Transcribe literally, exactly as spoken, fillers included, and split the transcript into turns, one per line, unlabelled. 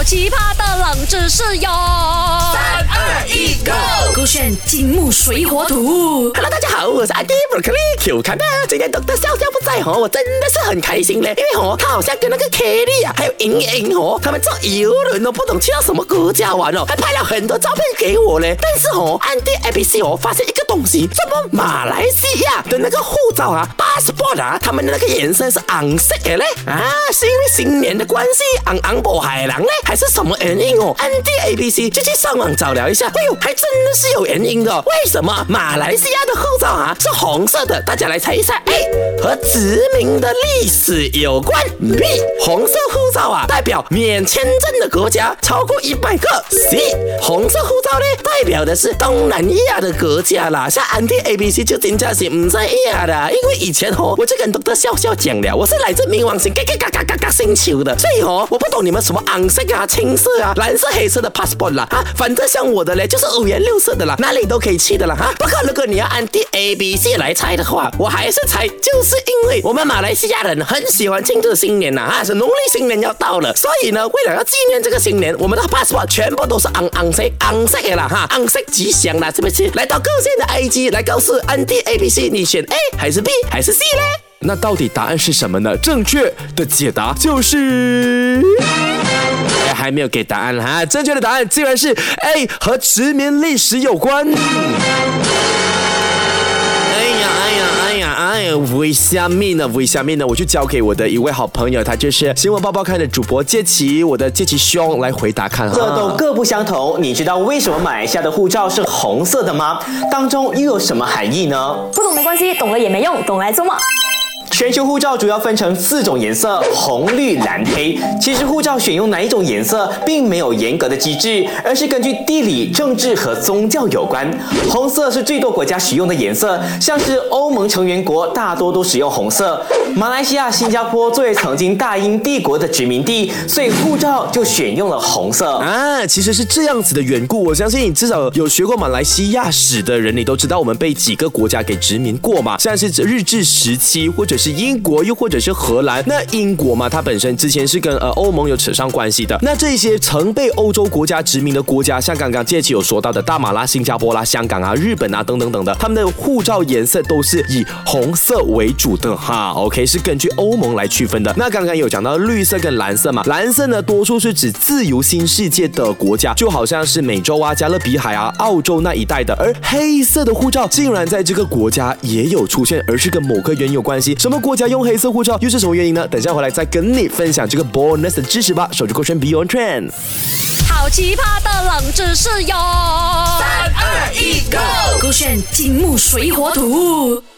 好奇葩的冷知识哟！
三二一 ，Go！
勾选金木水火土。
Hello， 大家好，我是阿弟 Broccoli。看到今天 Doctor 笑笑不在哦，我真的是很开心嘞，因为哦，他好像跟那个 Kelly 啊，还有莹莹哦，他们坐游轮哦，不懂去到什么国家玩哦，还拍了很多照片给我嘞。但是哦，安迪 A B C 哦，发现一个东西，什么马来西亚的那个护照啊 ，passport 啊，他们的那个颜色是红色的嘞啊，是因为新年的关系，昂昂波海狼嘞，还是什么原因哦？安迪 A B C 就去上网找了一下，哎呦，还真的是有原因的。为什么马来西亚的护照啊是红色的？大家来猜一下。A 和殖民的历史有关。B 红色护照啊代表免签证的国家超过一百个。C 红色护照呢代表的是东南亚的国家啦。像安迪 A B C 就真正是唔知呀的，因为以前哦我就跟 Doctor 笑笑讲了，我是来自冥王星嘎嘎嘎嘎嘎嘎星球的，所以哦我不懂你们什么红色啊、青色啊、蓝色、黑色的 passport 啦啊，反正像我的嘞就是五颜六色的啦，哪里都可以去的啦哈。不过如果你要按第 A B C 来猜的话，我还是猜就是因为我们马来西亚人很喜欢庆祝新年呐啊，是农历新年要到了，所以呢为了要纪念这个新年，我们的 passport 全部都是红红色红色的啦哈，红色吉祥啦，是不是？来到各县的 I G 来告诉安迪 A B C， 你选 A 还是 B 还是 C 呢？
那到底答案是什么呢？正确的解答就是哎，还没有给答案哈。正确的答案竟然是 A 和殖民历史有关。哎呀，为什么呢？为什么呢？我就交给我的一位好朋友，他就是新闻报报看的主播介奇，我的介奇兄来回答看哈。
这都各不相同，你知道为什么马来西亚的护照是红色的吗？当中又有什么含义呢？
不懂没关系，懂了也没用，懂来做嘛。
全球护照主要分成四种颜色：红、绿、蓝、黑。其实护照选用哪一种颜色，并没有严格的机制，而是根据地理、政治和宗教有关。红色是最多国家使用的颜色，像是欧盟成员国大多都使用红色。马来西亚、新加坡作为曾经大英帝国的殖民地，所以护照就选用了红色
啊。其实是这样子的缘故，我相信你至少有学过马来西亚史的人，你都知道我们被几个国家给殖民过嘛，像是日治时期或者是英国又或者是荷兰。那英国嘛，它本身之前是跟呃欧盟有扯上关系的。那这些曾被欧洲国家殖民的国家，像刚刚介奇有说到的大马啦、新加坡啦、香港啊、日本啊等等等的，他们的护照颜色都是以红色为主的哈。OK， 是根据欧盟来区分的。那刚刚有讲到绿色跟蓝色嘛，蓝色呢多数是指自由新世界的国家，就好像是美洲啊、加勒比海啊、澳洲那一带的。而黑色的护照竟然在这个国家也有出现，而是跟某个人有关系。什么国家用黑色护照又是什么原因呢？等下回来再跟你分享这个 bonus 的知识吧。手机勾选 Beyond Trend，
好奇葩的冷知识哟！
三二一 ，Go！
勾选金木水火土。